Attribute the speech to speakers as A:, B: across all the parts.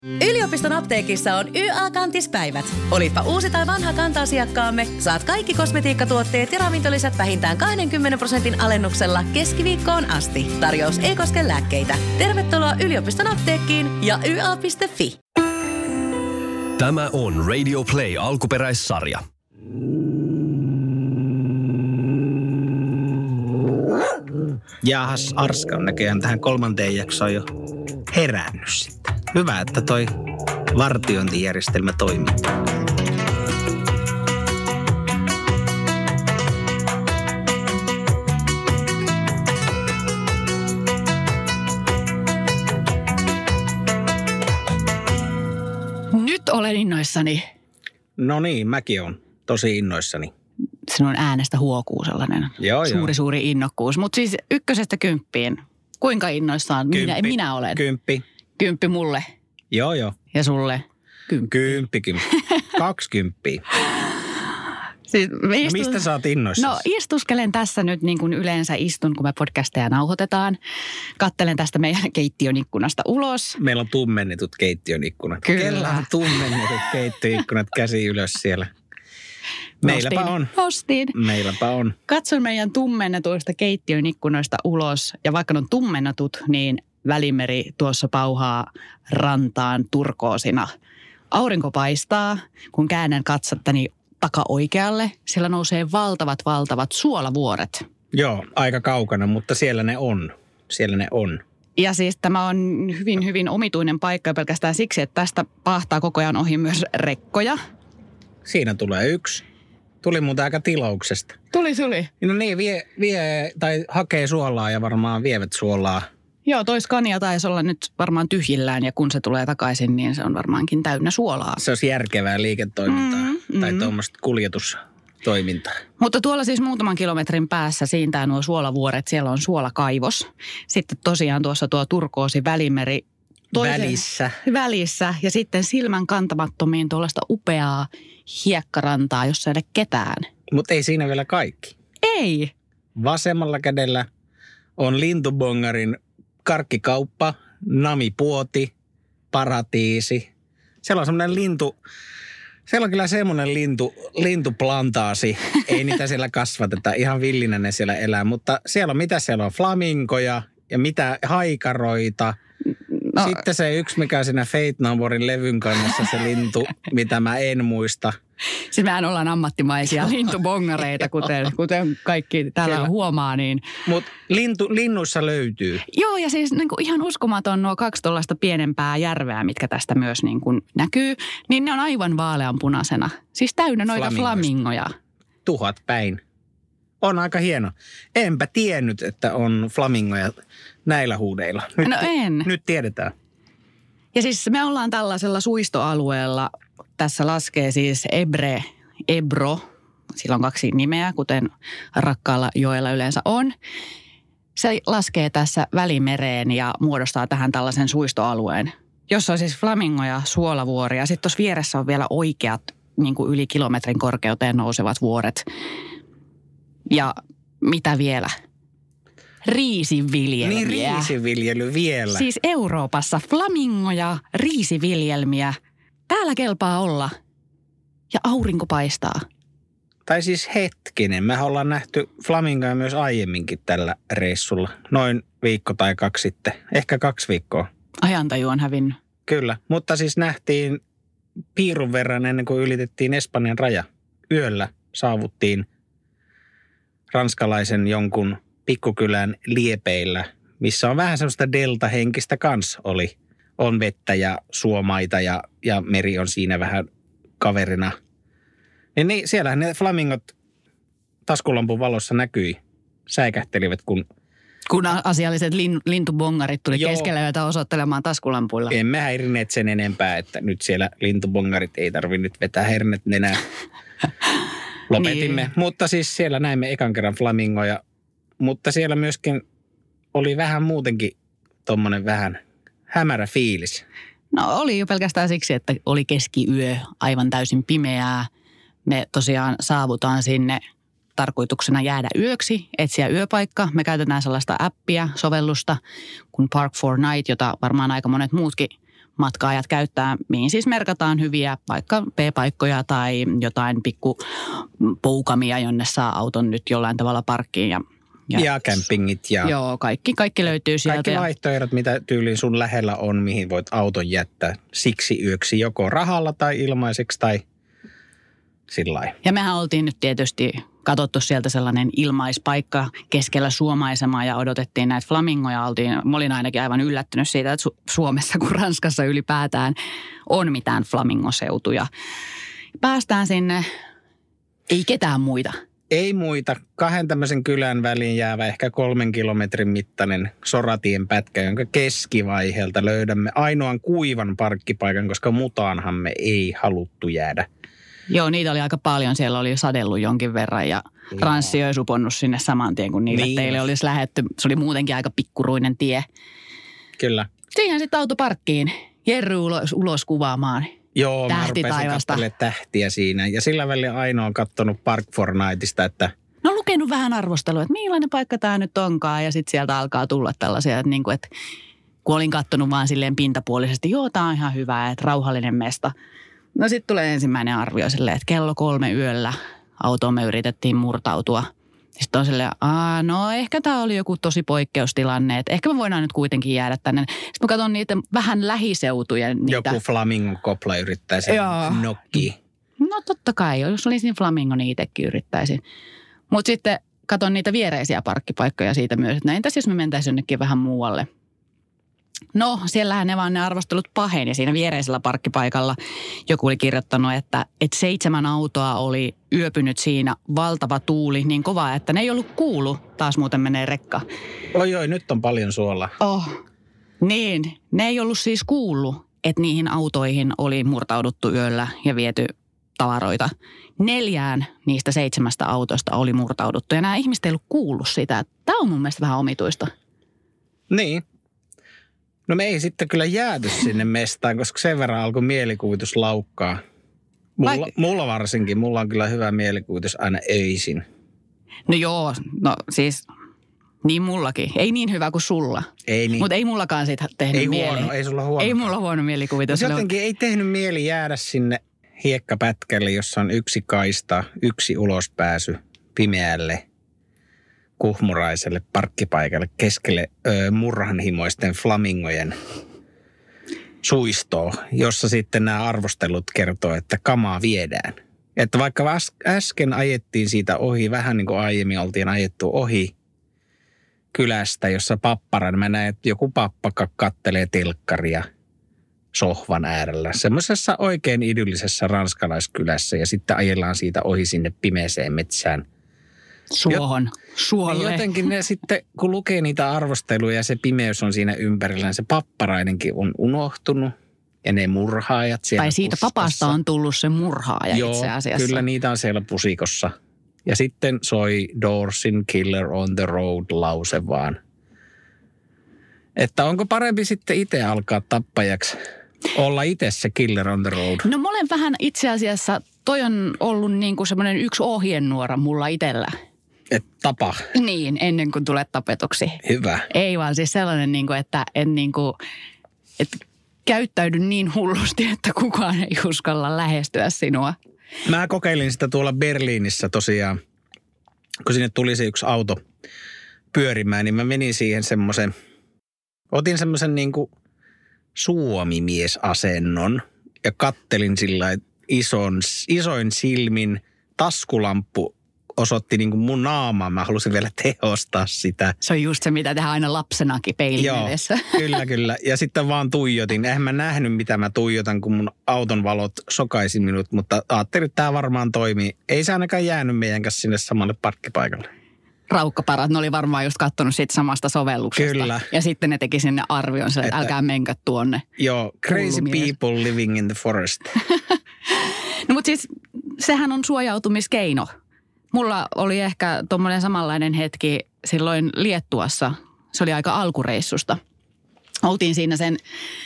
A: Yliopiston apteekissa on YA-kantispäivät. Olipa uusi tai vanha kanta-asiakkaamme, saat kaikki kosmetiikkatuotteet ja ravintolisät vähintään 20% alennuksella keskiviikkoon asti. Tarjous ei koske lääkkeitä. Tervetuloa yliopiston apteekkiin ja YA.fi.
B: Tämä on Radio Play alkuperäissarja.
C: Jaahas, Arska on näköjään tähän 3. jaksoon jo herännyt sitten. Hyvä, että toi vartiointijärjestelmä toimii.
D: Nyt olen innoissani.
C: No niin, mäkin on tosi innoissani.
D: Sinun äänestä huokuu sellainen suuri innokkuus. Mutta siis 1–10. Kuinka innoissaan minä olen?
C: 10.
D: 10 mulle.
C: Joo.
D: Ja sulle? 10.
C: 10. 20.
D: Siis
C: mistä sä oot innoissasi?
D: No istuskelen tässä nyt niin kuin yleensä istun, kun me podcasteja nauhoitetaan. Kattelen tästä meidän keittiön ikkunasta ulos.
C: Meillä on tummennetut keittiön ikkunat.
D: Kyllä.
C: Kellä on tummennetut keittiön ikkunat? Käsi ylös siellä. Meilläpä on.
D: Katson meidän tummennetuista keittiön ikkunoista ulos ja vaikka ne on tummennetut, niin Välimeri tuossa pauhaa rantaan turkoosina. Aurinko paistaa, kun käännän katsottani taka-oikealle. Siellä nousee valtavat suolavuoret.
C: Joo, aika kaukana, mutta siellä ne on.
D: Ja siis tämä on hyvin omituinen paikka pelkästään siksi, että tästä pahtaa koko ajan ohi myös rekkoja.
C: Siinä tulee yksi. Tuli muuten aika tilauksesta.
D: Tuli.
C: No niin, vie tai hakee suolaa ja varmaan vievät suolaa.
D: Joo, toi Scania taisi olla nyt varmaan tyhjillään ja kun se tulee takaisin, niin se on varmaankin täynnä suolaa.
C: Se olisi järkevää liiketoimintaa tai tuommoista kuljetustoimintaa. Mutta
D: tuolla siis muutaman kilometrin päässä siintää nuo suolavuoret, siellä on suolakaivos. Sitten tosiaan tuossa tuo turkoosi Välimeri. Välissä ja sitten silmän kantamattomiin tuollaista upeaa hiekkarantaa, jossa ei ole ketään.
C: Mutta ei siinä vielä kaikki.
D: Ei.
C: Vasemmalla kädellä on Lintubongarin karkkikauppa, Namipuoti, Paratiisi. Siellä on semmoinen lintuplantaasi. Ei niitä siellä kasvateta, ihan villinä ne siellä elää. Mutta siellä on flamingoja ja mitä haikaroita. No. Sitten se yksi, mikä siinä Fate No Moren levyn kannassa, se lintu, mitä mä en muista.
D: Siis mehän ollaan ammattimaisia lintubongareita, kuten kaikki täällä huomaa. Niin.
C: Mutta linnuissa löytyy.
D: Joo, ja siis niin kuin ihan uskomaton nuo 2 tuollaista pienempää järveä, mitkä tästä myös niin kuin näkyy, niin ne on aivan vaaleanpunaisena. Siis täynnä noita flamingoja.
C: 1000 päin. On aika hieno. Enpä tiennyt, että on flamingoja näillä huudeilla. Nyt tiedetään.
D: Ja siis me ollaan tällaisella suistoalueella. Tässä laskee siis Ebro. Sillä on 2 nimeä, kuten rakkaalla joella yleensä on. Se laskee tässä Välimereen ja muodostaa tähän tällaisen suistoalueen, jossa on siis flamingoja, suolavuoria. Sitten tuossa vieressä on vielä oikeat niin kuin yli kilometrin korkeuteen nousevat vuoret. Ja mitä vielä? Riisiviljelmiä.
C: Niin riisiviljely vielä.
D: Siis Euroopassa flamingoja, riisiviljelmiä. Täällä kelpaa olla. Ja aurinko paistaa.
C: Tai siis hetkinen. Me ollaan nähty flamingoja myös aiemminkin tällä reissulla. Noin viikko tai 2 sitten. Ehkä 2 viikkoa.
D: Ajantaju on hävinnyt.
C: Kyllä, mutta siis nähtiin piirun verran ennen kuin ylitettiin Espanjan raja. Yöllä saavuttiin ranskalaisen jonkun pikkukylän liepeillä, missä on vähän semmoista delta-henkistä kans oli. On vettä ja suomaita ja meri on siinä vähän kaverina. Niin siellähän ne flamingot taskulampun valossa näkyi, säikähtelivät
D: kun asialliset lintubongarit tuli keskellä yötä osoittelemaan taskulampuilla.
C: Emme häirineet sen enempää, että nyt siellä lintubongarit ei tarvitse nyt vetää hernet nenää. Lopetimme. Niin. Mutta siis siellä näimme ekan kerran flamingoja. Mutta siellä myöskin oli vähän muutenkin tommonen vähän hämärä fiilis.
D: No oli jo pelkästään siksi, että oli keskiyö, aivan täysin pimeää. Me tosiaan saavutaan sinne tarkoituksena jäädä yöksi, etsiä yöpaikka. Me käytetään sellaista appia, sovellusta kuin Park4Night, jota varmaan aika monet muutkin matkaajat käyttää, mihin siis merkataan hyviä vaikka P-paikkoja tai jotain pikku poukamia, jonne saa auton nyt jollain tavalla parkkiin.
C: Ja campingit ja...
D: Joo, kaikki löytyy sieltä.
C: Kaikki vaihtoehdot, mitä tyyliin sun lähellä on, mihin voit auton jättää siksi yöksi joko rahalla tai ilmaiseksi tai sillain.
D: Ja mehän oltiin nyt tietysti katsottu sieltä sellainen ilmaispaikka keskellä suomaisemaa ja odotettiin näitä flamingoja. Mä olin ainakin aivan yllättynyt siitä, että Suomessa kuin Ranskassa ylipäätään on mitään flamingoseutuja. Päästään sinne, ei ketään muita.
C: Ei muita. 2 tämmöisen kylän väliin jäävä ehkä 3 kilometrin mittainen soratien pätkä, jonka keskivaiheelta löydämme ainoan kuivan parkkipaikan, koska mutaanhan me ei haluttu jäädä.
D: Joo, niitä oli aika paljon. Siellä oli sadellut jonkin verran ja Ranssi olisi uponnut sinne saman tien, kun niille teille olisi lähdetty. Se oli muutenkin aika pikkuruinen tie.
C: Kyllä.
D: Siihen sitten autoparkkiin. Jerry ulos kuvaamaan.
C: Joo, mä rupesin katselemaan tähtiä siinä. Ja sillä välillä ainoa on katsonut Park Fortniteista, että...
D: No lukenut vähän arvostelua, että millainen paikka tämä nyt onkaan. Ja sitten sieltä alkaa tulla tällaisia, että, niin kuin, että kun olin katsonut vaan silleen pintapuolisesti, joo, tämä on ihan hyvä, että rauhallinen mesta. No sitten tulee ensimmäinen arvio silleen, että kello 3 yöllä autoon me yritettiin murtautua. Sitten on silleen, no ehkä tämä oli joku tosi poikkeustilanne, että ehkä me voidaan nyt kuitenkin jäädä tänne. Sitten mä katson niitä vähän lähiseutuja.
C: Joku flamingon kopla yrittäisi nokkiin.
D: No totta kai, jos olisin flamingo, niin itsekin yrittäisin. Mutta sitten katson niitä viereisiä parkkipaikkoja siitä myös, että entäs jos me mentäisiin jonnekin vähän muualle. No, siellähän ne arvostelut paheni siinä viereisellä parkkipaikalla. Joku oli kirjoittanut, että 7 autoa oli yöpynyt siinä, valtava tuuli niin kovaa, että ne ei ollut kuulu. Taas muuten menee rekka.
C: Oi, nyt on paljon suola.
D: Niin, ne ei ollut siis kuullut, että niihin autoihin oli murtauduttu yöllä ja viety tavaroita. 4 niistä 7 autosta oli murtauduttu ja nämä ihmiset ei ollut kuullut sitä. Tämä on mun mielestä vähän omituista.
C: Niin. No me ei sitten kyllä jääty sinne mestaan, koska sen verran alkoi mielikuvitus laukkaa. Mulla varsinkin. Mulla on kyllä hyvä mielikuvitus aina öisin.
D: No joo, no siis niin mullakin. Ei niin hyvä kuin sulla.
C: Ei niin.
D: Mutta ei mullakaan siitä tehnyt mieli.
C: Ei sulla huono.
D: Ei mulla huono mielikuvitus.
C: Jotenkin ei tehnyt mieli jäädä sinne hiekkapätkälle, jossa on 1 kaista, 1 ulospääsy pimeälle kuhmuraiselle parkkipaikalle keskelle murhanhimoisten flamingojen suistoa, jossa sitten nämä arvostelut kertoo, että kamaa viedään. Että vaikka äsken ajettiin siitä ohi, vähän niin kuin aiemmin oltiin ajettu ohi kylästä, jossa pappara, mä näen, että joku pappa kattelee telkkaria sohvan äärellä. Semmoisessa oikein idyllisessä ranskalaiskylässä ja sitten ajellaan siitä ohi sinne pimeeseen metsään.
D: Suolle.
C: Jotenkin ne sitten, kun lukee niitä arvosteluja ja se pimeys on siinä ympärillä, se papparainenkin on unohtunut ja ne murhaajat siellä
D: tai siitä
C: pustassa.
D: Papasta on tullut se murhaaja itse asiassa.
C: Joo, kyllä niitä on siellä pusikossa. Ja sitten soi Doorsin Killer on the Road -lause vaan. Että onko parempi sitten itse alkaa tappajaksi? Olla itse se Killer on the Road.
D: No mä olen vähän itse asiassa, toi on ollut niin kuin semmoinen yksi ohjenuora mulla itsellä.
C: Et tapa.
D: Niin, ennen kuin tulet tapetuksi.
C: Hyvä.
D: Ei vaan siis sellainen, niin kuin, että en niin kuin, että käyttäydy niin hullusti, että kukaan ei uskalla lähestyä sinua.
C: Mä kokeilin sitä tuolla Berliinissä tosiaan, kun sinne tuli se 1 auto pyörimään, niin mä menin siihen otin semmoisen niin kuin suomimiesasennon ja kattelin sillä isoin silmin. Taskulamppu osoitti niin kuin mun naamaa. Mä halusin vielä tehostaa sitä.
D: Se on just se, mitä tehdään aina lapsenakin peilin edessä.
C: Kyllä. Ja sitten vaan tuijotin. Eihän mä nähnyt, mitä mä tuijotan, kun mun auton valot sokaisi minut. Mutta ajattelin, että tämä varmaan toimii. Ei se ainakaan jäänyt meidän kanssa sinne samalle parkkipaikalle.
D: Raukkaparat, ne oli varmaan just kattonut siitä samasta sovelluksesta.
C: Kyllä.
D: Ja sitten ne teki sinne arvion, että älkää menkö tuonne.
C: Joo, crazy people living in the forest.
D: No mutta siis sehän on suojautumiskeino. Mulla oli ehkä tommoinen samanlainen hetki silloin Liettuassa. Se oli aika alkureissusta. Oltiin siinä sen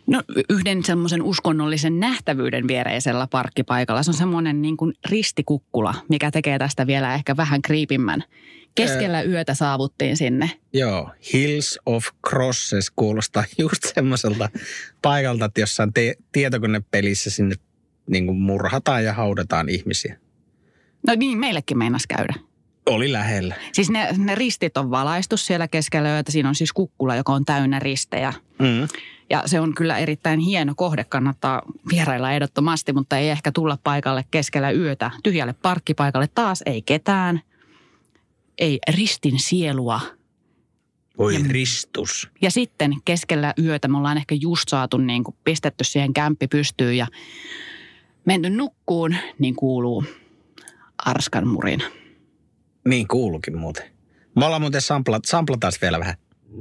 D: No yhden semmoisen uskonnollisen nähtävyyden viereisellä parkkipaikalla. Se on semmoinen niin kuin ristikukkula, mikä tekee tästä vielä ehkä vähän kriipimmän. Keskellä yötä saavuttiin sinne.
C: Joo, Hills of Crosses kuulostaa just semmoiselta paikalta, että jossain tietokonepelissä sinne niin kuin murhataan ja haudataan ihmisiä.
D: No niin, meillekin meinas käydä.
C: Oli lähellä.
D: Siis ne ristit on valaistu siellä keskellä yötä. Siinä on siis kukkula, joka on täynnä ristejä. Ja se on kyllä erittäin hieno kohde. Kannattaa vierailla ehdottomasti, mutta ei ehkä tulla paikalle keskellä yötä. Tyhjälle parkkipaikalle taas ei ketään. Ei ristin sielua.
C: Oi ristus.
D: Ja sitten keskellä yötä me ollaan ehkä just saatu niin kuin pistetty siihen kämppi pystyyn ja menty nukkuun, niin kuuluu arskan murina.
C: Niin kuuluukin muuten. Me ollaan muuten samplataan vielä vähän.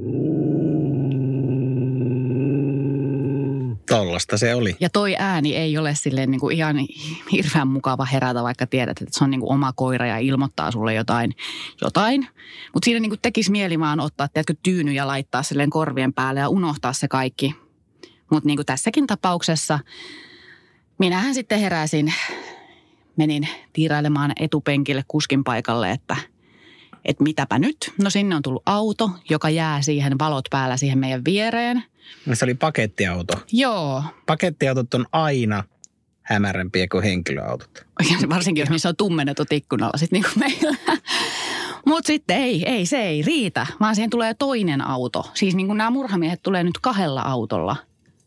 C: Tollasta se oli.
D: Ja toi ääni ei ole silleen niin kuin ihan hirveän mukava herätä, vaikka tiedät, että se on niin kuin oma koira ja ilmoittaa sulle jotain. Mutta siinä niin kuin tekisi mieli vaan ottaa, tiedätkö, tyyny ja laittaa silleen korvien päälle ja unohtaa se kaikki. Mutta niin kuin tässäkin tapauksessa minähän sitten heräsin, menin tiirailemaan etupenkille kuskin paikalle, että mitäpä nyt. No sinne on tullut auto, joka jää siihen valot päällä siihen meidän viereen.
C: Se oli pakettiauto.
D: Joo.
C: Pakettiautot on aina hämärämpiä kuin henkilöautot.
D: Varsinkin, jos niissä on tummennetut ikkunalla sitten niin kuin meillä. Mutta sitten se ei riitä, vaan siihen tulee toinen auto. Siis niin kuin nämä murhamiehet tulee nyt 2 autolla.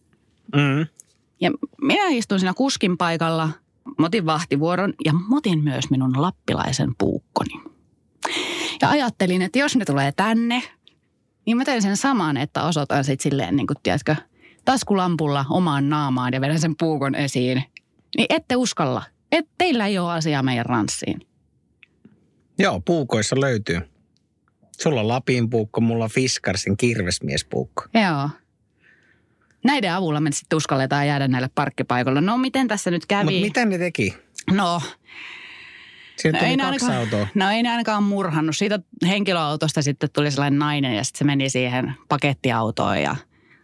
D: Ja minä istun siinä kuskin paikalla, otin vahtivuoron ja otin myös minun lappilaisen puukkoni. Ja ajattelin, että jos ne tulee tänne, niin mä teen sen saman, että osoitan sitten silleen, niin kuin tiedätkö, taskulampulla omaan naamaan ja vedän sen puukon esiin. Niin ette uskalla. Teillä ei ole asiaa meidän ranssiin.
C: Joo, puukoissa löytyy. Sulla on Lapin puukko, mulla on Fiskarsin kirvesmiespuukko.
D: Joo. Näiden avulla me sitten uskalletaan jäädä näille parkkipaikoille. No miten tässä nyt kävi?
C: Mutta mitä ne teki?
D: No.
C: Siitä tuli 2 autoa.
D: No ei ne ainakaan murhannut. Siitä henkilöautosta sitten tuli sellainen nainen ja sitten se meni siihen pakettiautoon ja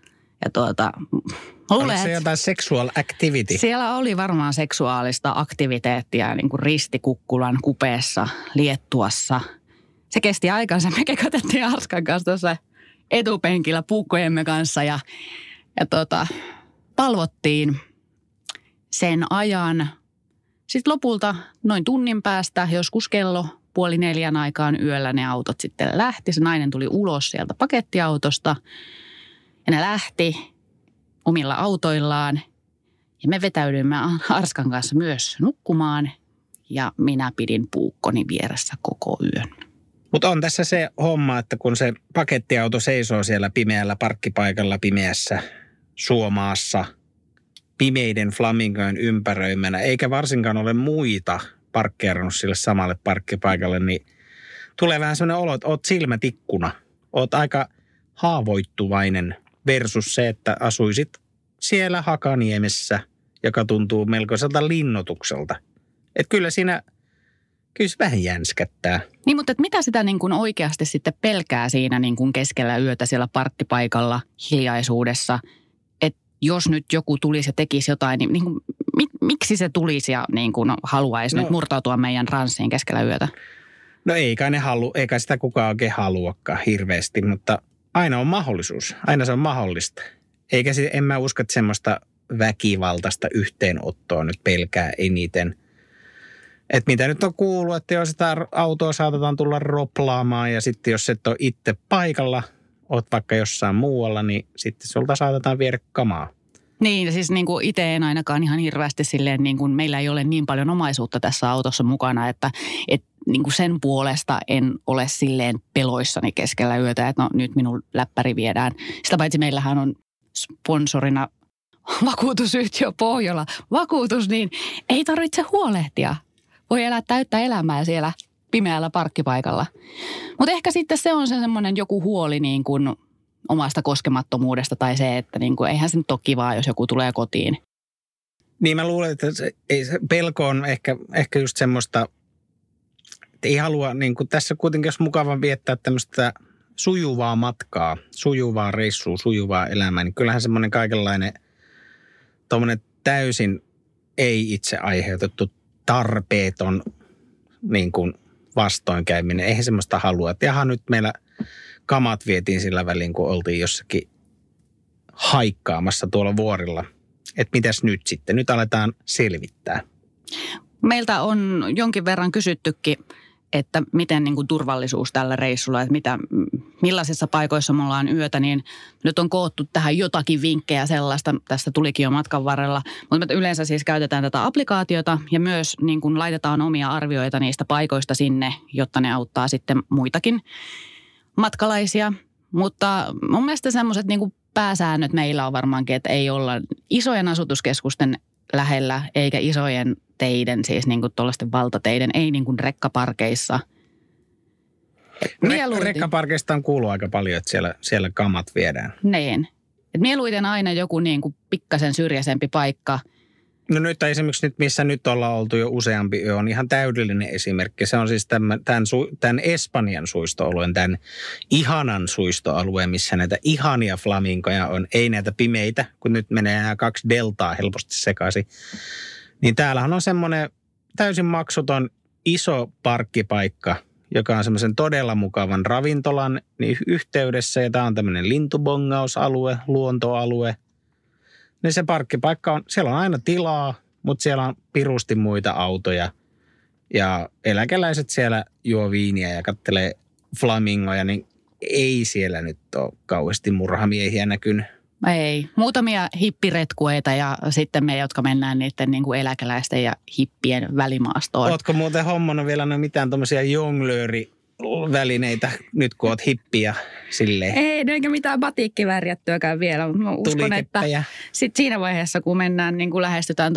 C: oliko se jotain sexual activity?
D: Siellä oli varmaan seksuaalista aktiviteettia niin kuin ristikukkulan kupeessa Liettuassa. Se kesti aikansa. Me kekotettiin Arskan kanssa tuossa etupenkillä puukkojemme kanssa ja palvottiin sen ajan. Sitten lopulta noin tunnin päästä, joskus kello 3:30 aikaan yöllä ne autot sitten lähti. Se nainen tuli ulos sieltä pakettiautosta ja ne lähti omilla autoillaan. Ja me vetäydyimme Arskan kanssa myös nukkumaan ja minä pidin puukkoni vieressä koko yön.
C: Mutta on tässä se homma, että kun se pakettiauto seisoo siellä pimeällä parkkipaikalla pimeässä Suomaassa pimeiden flamingojen ympäröimänä, eikä varsinkaan ole muita parkkeerannut sille samalle parkkipaikalle, niin tulee vähän sellainen olo, että oot silmätikkuna. Oot aika haavoittuvainen versus se, että asuisit siellä Hakaniemessä, joka tuntuu melkoiselta linnoitukselta. Että kyllä se vähän jänskättää.
D: Niin, mutta mitä sitä niin kuin oikeasti sitten pelkää siinä niin kuin keskellä yötä siellä parkkipaikalla hiljaisuudessa, että jos nyt joku tulisi ja tekisi jotain, niin kuin, miksi se tulisi ja niin kuin haluaisi nyt murtautua meidän ranssiin keskellä yötä?
C: No eikä sitä kukaan oikein haluakaan hirveästi, mutta aina on mahdollisuus. Aina se on mahdollista. En mä usko, että semmoista väkivaltaista yhteenottoa nyt pelkää eniten. Että mitä nyt on kuullut, että jos sitä autoa saatetaan tulla roplaamaan ja sitten jos et ole itse paikalla, oot vaikka jossain muualla, niin sitten sulta saatetaan viedä kamaa.
D: Niin, siis niin kuin itse en ainakaan ihan hirveästi silleen, niin kuin meillä ei ole niin paljon omaisuutta tässä autossa mukana, että niin kuin sen puolesta en ole silleen peloissani keskellä yötä, että no nyt minun läppäri viedään. Sitä paitsi meillähän on sponsorina vakuutusyhtiö Pohjola vakuutus, niin ei tarvitse huolehtia. Voi elää täyttä elämää siellä pimeällä parkkipaikalla. Mutta ehkä sitten se on se semmoinen joku huoli niin kuin omasta koskemattomuudesta tai se, että niin kuin, eihän se nyt ole kivaa, jos joku tulee kotiin.
C: Niin mä luulen, että se pelko on ehkä just semmoista, että ei halua, niin kuin tässä kuitenkin olisi mukava viettää tämmöistä sujuvaa matkaa, sujuvaa reissua, sujuvaa elämää, niin kyllähän semmoinen kaikenlainen tuommoinen täysin ei itse aiheutettu tarpeeton niin kuin vastoinkäyminen. Eihän semmoista halua, että jaha nyt meillä kamat vietiin sillä välin, kun oltiin jossakin haikkaamassa tuolla vuorilla. Että mitäs nyt sitten? Nyt aletaan selvittää.
D: Meiltä on jonkin verran kysyttykin, että miten niin kuin turvallisuus tällä reissulla, että millaisissa paikoissa me ollaan yötä, niin nyt on koottu tähän jotakin vinkkejä sellaista, tästä tulikin jo matkan varrella. Mutta me yleensä siis käytetään tätä applikaatiota ja myös niin kuin laitetaan omia arvioita niistä paikoista sinne, jotta ne auttaa sitten muitakin matkalaisia. Mutta mun mielestä semmoiset niin kuin pääsäännöt meillä on varmaankin, että ei olla isojen asutuskeskusten lähellä eikä isojen teiden, siis niin kuin tuollaisten valtateiden, ei niin kuin rekkaparkeissa.
C: Rekkaparkeista on kuullut aika paljon, että siellä kamat viedään.
D: Niin. Et mieluiten aina joku niin kuin pikkasen syrjäisempi paikka.
C: No nyt esimerkiksi nyt, missä nyt ollaan oltu jo useampi yö, on ihan täydellinen esimerkki. Se on siis tämän Espanjan suistoalueen, tämän ihanan suistoalueen, missä näitä ihania flamingoja on. Ei näitä pimeitä, kun nyt menee nämä 2 deltaa helposti sekaisin. Niin täällähän on semmoinen täysin maksuton iso parkkipaikka, joka on semmoisen todella mukavan ravintolan yhteydessä. Ja tämä on tämmöinen lintubongausalue, luontoalue. Niin se parkkipaikka on, siellä on aina tilaa, mutta siellä on pirusti muita autoja. Ja eläkeläiset siellä juo viiniä ja kattelee flamingoja, niin ei siellä nyt ole kauheasti murhamiehiä näkynyt.
D: Ei. Muutamia hippiretkueita ja sitten me, jotka mennään niiden niin kuin eläkeläisten ja hippien välimaastoon.
C: Ootko muuten hommannut vielä mitään tommosia jonglöörivälineitä nyt, kun oot hippiä silleen?
D: Ei, eikä mitään batiikkivärjättyäkään vielä, mutta mä uskon, että sit siinä vaiheessa, kun mennään, niin kuin lähestytään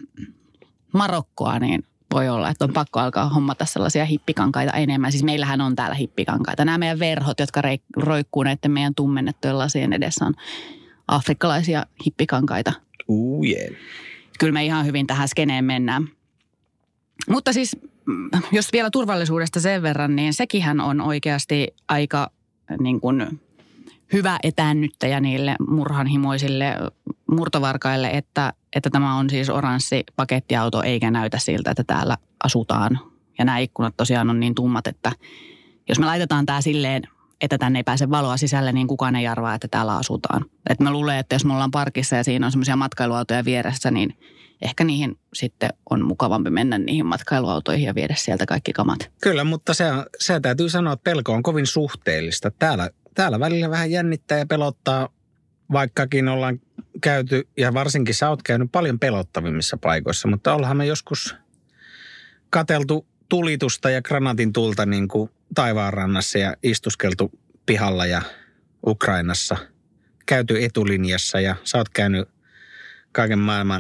D: Marokkoa, niin voi olla, että on pakko alkaa hommata sellaisia hippikankaita enemmän. Siis meillähän on täällä hippikankaita. Nämä meidän verhot, jotka roikkuu näiden meidän tummennettujen lasien edessä, on afrikkalaisia hippikankaita.
C: Yeah.
D: Kyllä me ihan hyvin tähän skeneen mennään. Mutta siis, jos vielä turvallisuudesta sen verran, niin sekinhän on oikeasti aika niin kuin hyvä etäännyttäjä niille murhanhimoisille murtovarkaille, että tämä on siis oranssi pakettiauto eikä näytä siltä, että täällä asutaan. Ja nämä ikkunat tosiaan on niin tummat, että jos me laitetaan tämä silleen, että tänne ei pääse valoa sisälle, niin kukaan ei arvaa, että täällä asutaan. Että mä luulen, että jos me ollaan parkissa ja siinä on semmoisia matkailuautoja vieressä, niin ehkä niihin sitten on mukavampi mennä niihin matkailuautoihin ja viedä sieltä kaikki kamat.
C: Kyllä, mutta se täytyy sanoa, että pelko on kovin suhteellista. Täällä välillä vähän jännittää ja pelottaa, vaikkakin ollaan käyty, ja varsinkin sä oot käynyt paljon pelottavimmissa paikoissa, mutta ollaan me joskus katseltu tulitusta ja granatin tulta niin kuin taivaanrannassa ja istuskeltu pihalla ja Ukrainassa. Käyty etulinjassa ja sä oot käynyt kaiken maailman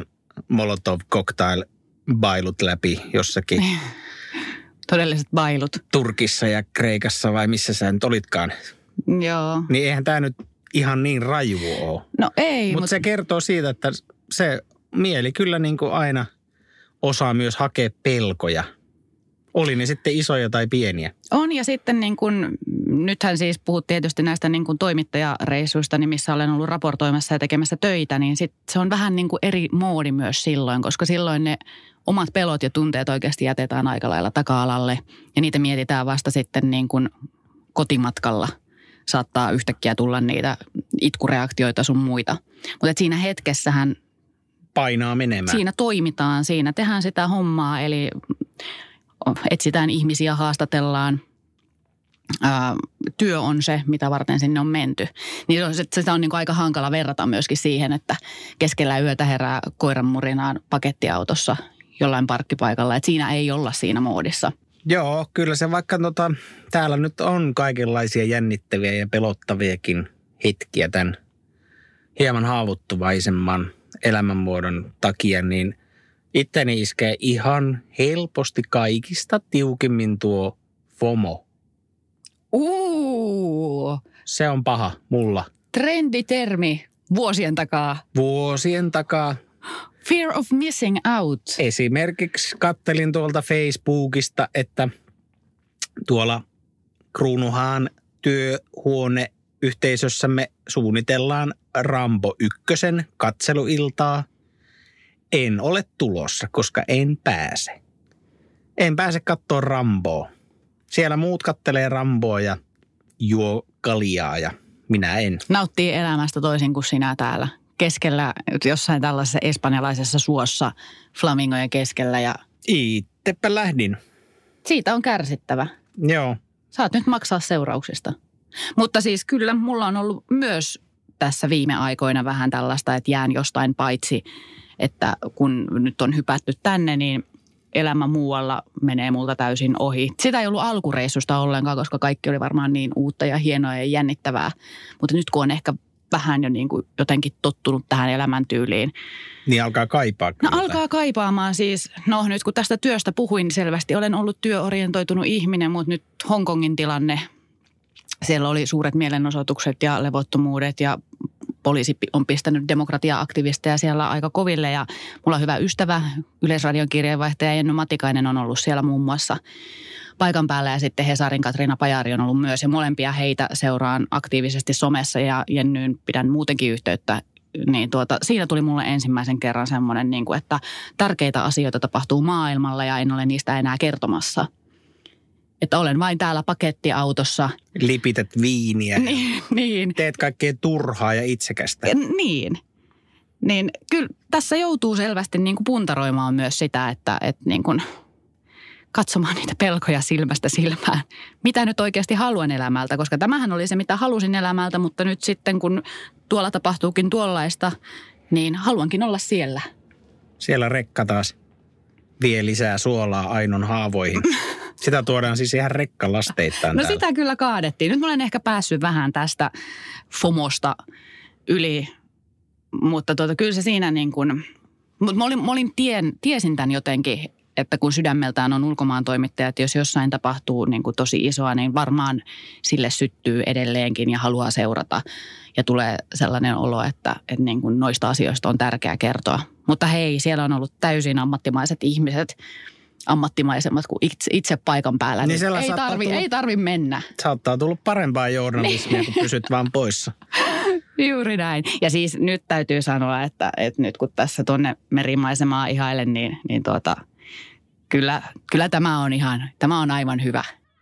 C: Molotov-cocktail-bailut läpi jossakin.
D: Todelliset bailut.
C: Turkissa ja Kreikassa vai missä sä nyt olitkaan.
D: Joo.
C: Niin eihän tää nyt ihan niin raju ole.
D: No ei.
C: Mutta se kertoo siitä, että se mieli kyllä niin kuin aina osaa myös hakea pelkoja. Oli ne sitten isoja tai pieniä.
D: On ja sitten niin kuin, nythän siis puhut tietysti näistä niin kuin toimittajareissuista, niin missä olen ollut raportoimassa ja tekemässä töitä, niin sit se on vähän niin kuin eri moodi myös silloin, koska silloin ne omat pelot ja tunteet oikeasti jätetään aika lailla taka-alalle ja niitä mietitään vasta sitten niin kuin kotimatkalla. Saattaa yhtäkkiä tulla niitä itkureaktioita sun muita. Mutta siinä hetkessähän
C: painaa menemään.
D: Siinä toimitaan, siinä tehdään sitä hommaa, eli etsitään ihmisiä, haastatellaan. Työ on se, mitä varten sinne on menty. Niin sitä on niin kuin aika hankala verrata myöskin siihen, että keskellä yötä herää koiranmurinaan pakettiautossa jollain parkkipaikalla. Että siinä ei olla siinä moodissa.
C: Joo, kyllä se vaikka täällä nyt on kaikenlaisia jännittäviä ja pelottaviakin hetkiä tämän hieman haavoittuvaisemman elämänmuodon takia, niin itteni iskee ihan helposti kaikista tiukimmin tuo FOMO. Se on paha mulla.
D: Trenditermi vuosien takaa.
C: Vuosien takaa.
D: Fear of missing out.
C: Esimerkiksi kattelin tuolta Facebookista, että tuolla Kruunuhaan työhuoneyhteisössämme suunnitellaan Rambo 1 katseluiltaa. En ole tulossa, koska en pääse. En pääse katsoa Ramboa. Siellä muut kattelee Ramboa ja juo kaljaa ja minä en.
D: Nauttii elämästä toisin kuin sinä täällä. Keskellä, jossain tällaisessa espanjalaisessa suossa, flamingojen keskellä ja...
C: Ittepä lähdin.
D: Siitä on kärsittävä.
C: Joo.
D: Saat nyt maksaa seurauksista. Mutta siis kyllä mulla on ollut myös tässä viime aikoina vähän tällaista, että jään jostain paitsi, että kun nyt on hypätty tänne, niin elämä muualla menee multa täysin ohi. Sitä ei ollut alkureissusta ollenkaan, koska kaikki oli varmaan niin uutta ja hienoa ja jännittävää. Mutta nyt kun on ehkä vähän jo niin kuin jotenkin tottunut tähän elämäntyyliin.
C: Niin alkaa kaipaa kyllä.
D: No alkaa kaipaamaan siis. No nyt kun tästä työstä puhuin selvästi, olen ollut työorientoitunut ihminen, mutta nyt Hongkongin tilanne, siellä oli suuret mielenosoitukset ja levottomuudet ja poliisi on pistänyt demokratia-aktivisteja siellä aika koville ja mulla on hyvä ystävä, Yleisradion kirjeenvaihtaja Jenny Matikainen on ollut siellä muun muassa paikan päällä ja sitten Hesarin Katriina Pajari on ollut myös ja molempia heitä seuraan aktiivisesti somessa ja Jennyyn pidän muutenkin yhteyttä. Niin siinä tuli mulle ensimmäisen kerran semmoinen, niin kuin, että tärkeitä asioita tapahtuu maailmalla ja en ole niistä enää kertomassa. Että olen vain täällä pakettiautossa.
C: Lipität viiniä.
D: Niin.
C: Teet kaikkea turhaa ja itsekästä.
D: Niin kyllä tässä joutuu selvästi niin kuin puntaroimaan myös sitä, että niin kuin katsomaan niitä pelkoja silmästä silmään. Mitä nyt oikeasti haluan elämältä, koska tämähän oli se, mitä halusin elämältä, mutta nyt sitten kun tuolla tapahtuukin tuollaista, niin haluankin olla siellä.
C: Siellä rekka taas vie lisää suolaa Ainon haavoihin. Sitä tuodaan siis ihan rekkalasteittain
D: No
C: täällä.
D: sitä kyllä kaadettiin. Nyt mä olen ehkä päässyt vähän tästä FOMOsta yli, mutta kyllä se siinä niin kuin, mutta tiesin tämän jotenkin, että kun sydämeltään on ulkomaan toimittaja, että jos jossain tapahtuu niin kuin tosi isoa, niin varmaan sille syttyy edelleenkin ja haluaa seurata. Ja tulee sellainen olo, että niin kuin noista asioista on tärkeää kertoa. Mutta hei, siellä on ollut täysin ammattimaiset ihmiset, ammattimaisemmat kuin itse paikan päällä. Niin ei tarvi mennä.
C: Saattaa tulla parempaa journalismia, kun pysyt vaan poissa.
D: Juuri näin. Ja siis nyt täytyy sanoa, että nyt kun tässä tuonne merimaisemaa ihailen, niin kyllä tämä on aivan hyvä.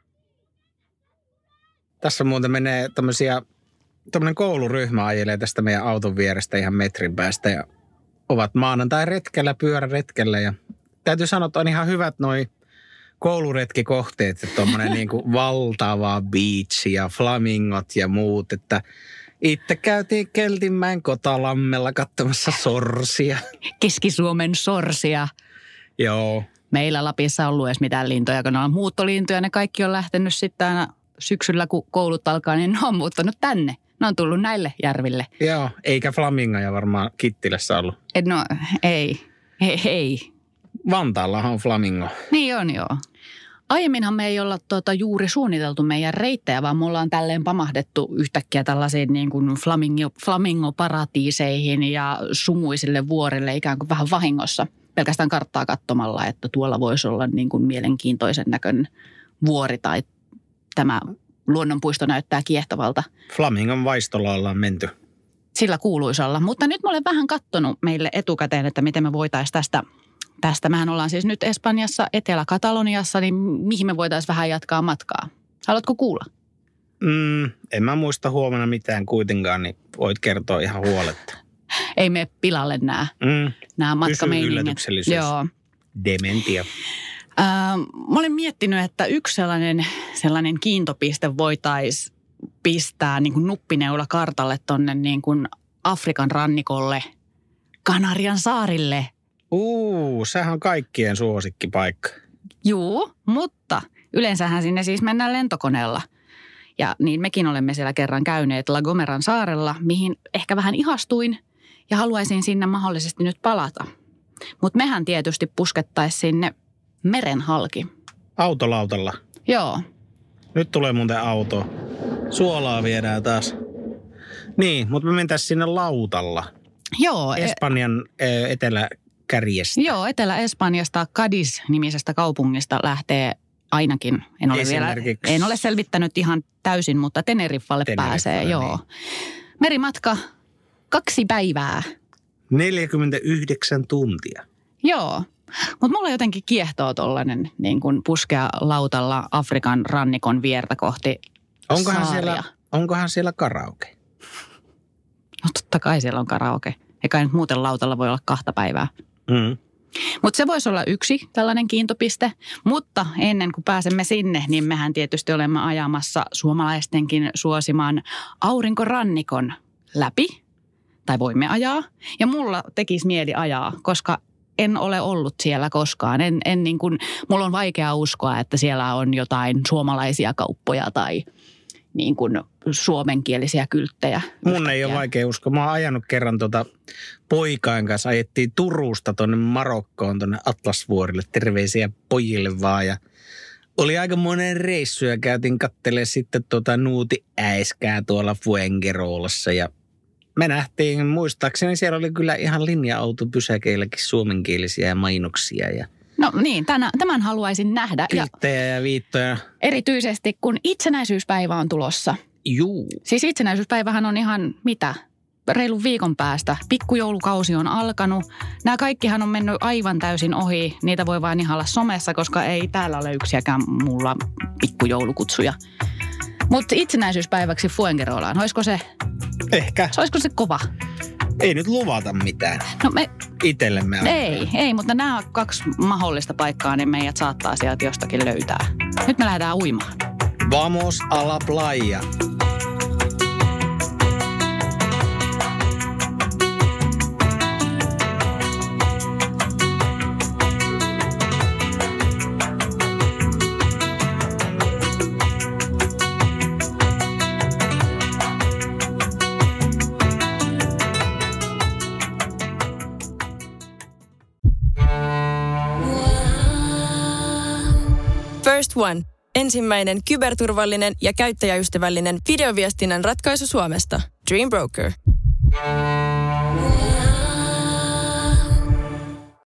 C: Tässä muuten menee tämmöinen kouluryhmä ajelee tästä meidän auton vierestä ihan metrin päästä ja ovat maanantai-retkellä, pyöräretkellä ja täytyy sanoa, että on ihan hyvät noi kouluretkikohteet, että tommonen niinku valtava beach ja flamingot ja muut, että itse käytiin Keltinmäen Kotalammella katsomassa sorsia.
D: Keski-Suomen sorsia.
C: Joo.
D: Meillä Lapissa on ollut edes mitään lintoja, kun ne on muuttolintuja. Ne kaikki on lähtenyt sitten aina syksyllä, kun koulut alkaa, niin ne on muuttanut tänne. Ne on tullut näille järville.
C: Joo, eikä flamingoja varmaan Kittilässä ollut.
D: No ei.
C: Vantaallahan on flamingo.
D: Niin on joo. Aiemminhan me ei olla juuri suunniteltu meidän reittejä, vaan me ollaan tälleen pamahdettu yhtäkkiä tällaisiin niin kuin flamingoparatiiseihin ja sumuisille vuorille ikään kuin vähän vahingossa. Pelkästään karttaa katsomalla, että tuolla voisi olla niin kuin mielenkiintoisen näköinen vuori tai tämä luonnonpuisto näyttää kiehtovalta.
C: Flamingon vaistolla ollaan menty.
D: Sillä kuuluisi olla, mutta nyt mä olen vähän katsonut meille etukäteen, että miten me voitaisiin tästä. Mehän ollaan siis nyt Espanjassa, Etelä-Kataloniassa, niin mihin me voitaisiin vähän jatkaa matkaa. Haluatko kuulla?
C: En mä muista huomenna mitään kuitenkaan, niin voit kertoa ihan huoletta.
D: Ei mene pilalle nämä matkameiningit.
C: Pysy yllätyksellisyys.
D: Joo.
C: Dementia.
D: Mä olen miettinyt, että yksi sellainen kiintopiste voitaisiin pistää niin kuin nuppineula kartalle tonne niin kuin Afrikan rannikolle, Kanarian saarille.
C: Sehän on kaikkien suosikkipaikka.
D: Juu, mutta yleensähän sinne siis mennään lentokoneella. Ja niin mekin olemme siellä kerran käyneet La Gomeran saarella, mihin ehkä vähän ihastuin ja haluaisin sinne mahdollisesti nyt palata. Mutta mehän tietysti puskettaisiin sinne meren halki.
C: Autolautalla.
D: Joo.
C: Nyt tulee muuten auto. Suolaa viedään taas. Niin, mutta me mentäisiin sinne lautalla.
D: Joo.
C: Espanjan eteläkärjestä.
D: Joo, Etelä-Espanjasta Cadiz-nimisestä kaupungista lähtee ainakin. En ole selvittänyt ihan täysin, mutta Teneriffalle pääsee. Joo.
C: Niin.
D: Merimatka 2 päivää.
C: 49 tuntia.
D: Joo. Mutta mulla jotenkin kiehtoo tollainen niin kuin puskea lautalla Afrikan rannikon viertä kohti saaria.
C: Onkohan siellä karaoke?
D: No totta kai siellä on karaoke. Eikä nyt muuten lautalla voi olla 2 päivää.
C: Mm.
D: Mutta se voisi olla yksi tällainen kiintopiste. Mutta ennen kuin pääsemme sinne, niin mehän tietysti olemme ajamassa suomalaistenkin suosiman aurinkorannikon läpi. Tai voimme ajaa. Ja mulla tekisi mieli ajaa, koska en ole ollut siellä koskaan. En niin kuin, mulla on vaikea uskoa, että siellä on jotain suomalaisia kauppoja tai niin kuin suomenkielisiä kylttejä.
C: Mun ei ole vaikea uskoa. Mä oon ajanut kerran poikain kanssa. Ajettiin Turusta tuonne Marokkoon, tuonne Atlasvuorille. Terveisiä pojille vaan. Ja oli aika monen reissu ja käytiin katselemaan sitten nuutiäiskää tuolla Fuengiroolassa. Ja me nähtiin, muistaakseni siellä oli kyllä ihan linja-autopysäkeilläkin suomenkielisiä mainoksia ja
D: no niin, tämän haluaisin nähdä.
C: Kylttejä ja viittoja.
D: Erityisesti kun itsenäisyyspäivä on tulossa.
C: Juu.
D: Siis itsenäisyyspäivähän on ihan reilun viikon päästä. Pikkujoulukausi on alkanut. Nämä kaikkihan on mennyt aivan täysin ohi. Niitä voi vain ihailla somessa, koska ei täällä ole yksiäkään mulla pikkujoulukutsuja. Mutta itsenäisyyspäiväksi Fuengirolaan, olisiko se?
C: Ehkä.
D: Olisiko se kova?
C: Ei nyt luvata mitään.
D: No
C: Itellemme.
D: Ei, mutta nämä 2 mahdollista paikkaa, niin meidät saattaa sieltä jostakin löytää. Nyt me lähdetään uimaan.
C: Vamos a la playa.
E: First One. Ensimmäinen kyberturvallinen ja käyttäjäystävällinen videoviestinnän ratkaisu Suomesta. Dream Broker.